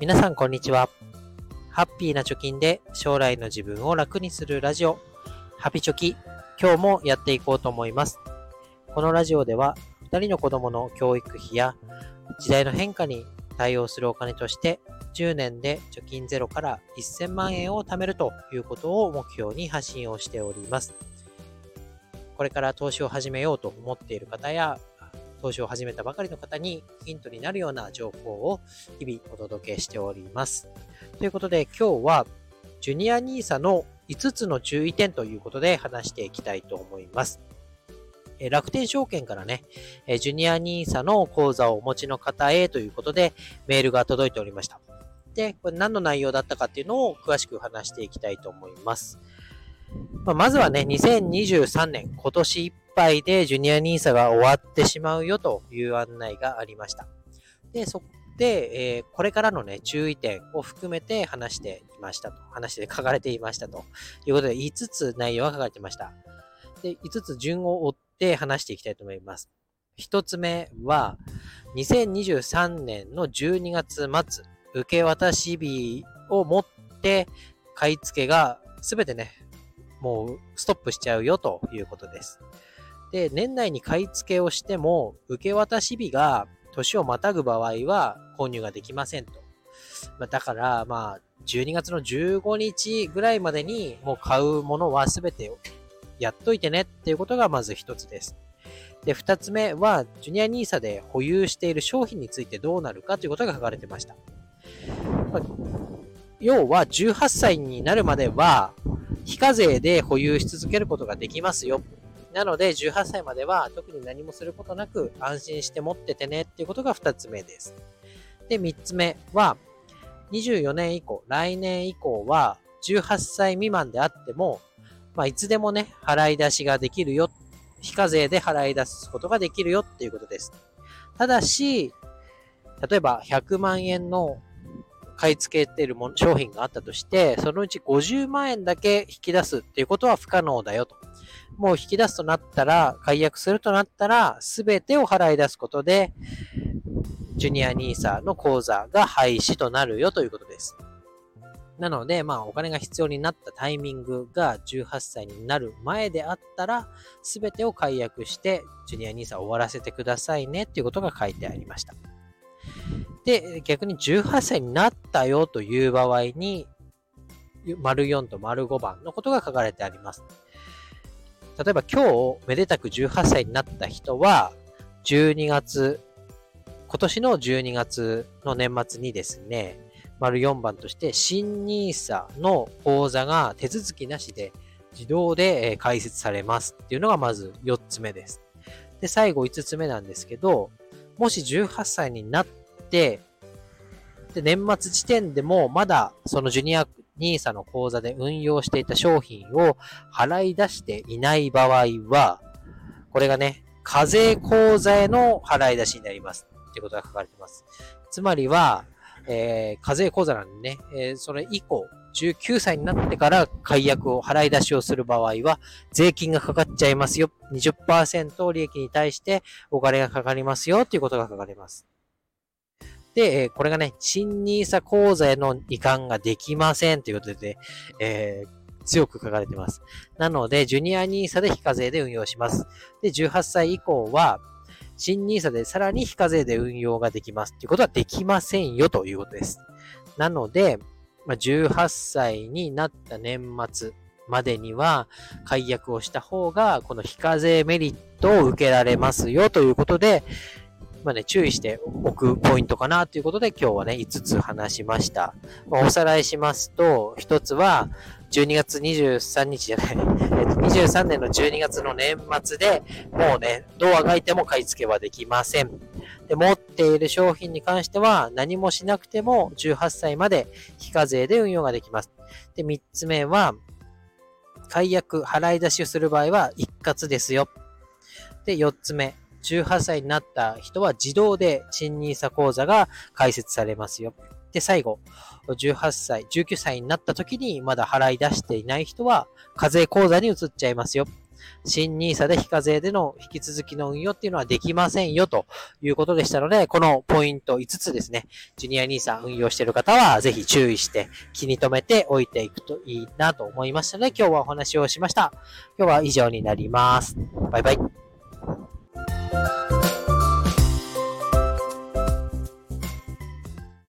皆さんこんにちは。ハッピーな貯金で将来の自分を楽にするラジオ、ハピチョキ、今日もやっていこうと思います。このラジオでは2人の子供の教育費や時代の変化に対応するお金として10年で貯金ゼロから1000万円を貯めるということを目標に発信をしております。これから投資を始めようと思っている方や投資を始めたばかりの方にヒントになるような情報を日々お届けしております。ということで今日はジュニア NISA の5つの注意点ということで話していきたいと思います。楽天証券からね、ジュニア NISA の口座をお持ちの方へということでメールが届いておりました。で、これ何の内容だったかっていうのを詳しく話していきたいと思います。まずはね、2023年、今年いっぱいでジュニア NISA が終わってしまうよという案内がありました。で、そこで、これからのね、注意点を含めて話して書かれていましたということで、5つ内容が書かれていました。で、5つ順を追って話していきたいと思います。1つ目は、2023年の12月末、受け渡し日をもって買い付けがすべてね、もうストップしちゃうよということです。で、年内に買い付けをしても、受け渡し日が年をまたぐ場合は購入ができませんと。だから、12月の15日ぐらいまでにもう買うものはすべてやっといてねっていうことがまず一つです。で、二つ目は、ジュニア NISA で保有している商品についてどうなるかということが書かれてました。要は、18歳になるまでは、非課税で保有し続けることができますよ。なので、18歳までは特に何もすることなく安心して持っててねっていうことが2つ目です。で、3つ目は、24年以降、来年以降は18歳未満であっても、いつでもね、払い出しができるよ。非課税で払い出すことができるよっていうことです。ただし、例えば100万円の買い付けている商品があったとして、そのうち50万円だけ引き出すっていうことは不可能だよと。もう引き出すとなったら、解約するとなったら、すべてを払い出すことで、ジュニア NISA の口座が廃止となるよということです。なので、お金が必要になったタイミングが18歳になる前であったら、すべてを解約して、ジュニア NISA を終わらせてくださいねっていうことが書いてありました。で、逆に18歳になったよという場合に、�4と⑤番のことが書かれてあります。例えば今日、めでたく18歳になった人は、今年の12月の年末にですね、�4番として、新 NISA の口座が手続きなしで自動で開設されますっていうのがまず4つ目です。で、最後5つ目なんですけど、もし18歳になって、で、年末時点でもまだそのジュニア NISA の口座で運用していた商品を払い出していない場合は、これがね、課税口座への払い出しになりますっていうことが書かれています。つまりは、課税口座なんでね、それ以降、19歳になってから解約を払い出しをする場合は、税金がかかっちゃいますよ。20% 利益に対してお金がかかりますよっていうことが書かれます。で、これがね、新 NISA 口座への移管ができませんということで、強く書かれています。なので、ジュニア NISA で非課税で運用します。で、18歳以降は、新 NISA でさらに非課税で運用ができますということはできませんよということです。なので、18歳になった年末までには解約をした方が、この非課税メリットを受けられますよということで、注意しておくポイントかなということで今日はね、5つ話しました。おさらいしますと、1つは、12月23日じゃない、23年の12月の年末で、もうね、どうあがいても買い付けはできません。で、持っている商品に関しては、何もしなくても18歳まで非課税で運用ができます。で、3つ目は、解約、払い出しをする場合は一括ですよ。で、4つ目。18歳になった人は自動で新 NISA 口座が開設されますよ。で、最後、18歳、19歳になった時にまだ払い出していない人は課税口座に移っちゃいますよ。 新NISAで非課税での引き続きの運用っていうのはできませんよということでしたので、このポイント5つですね、ジュニアNISA運用している方はぜひ注意して気に留めておいていくといいなと思いましたので、今日はお話をしました。今日は以上になります。バイバイ。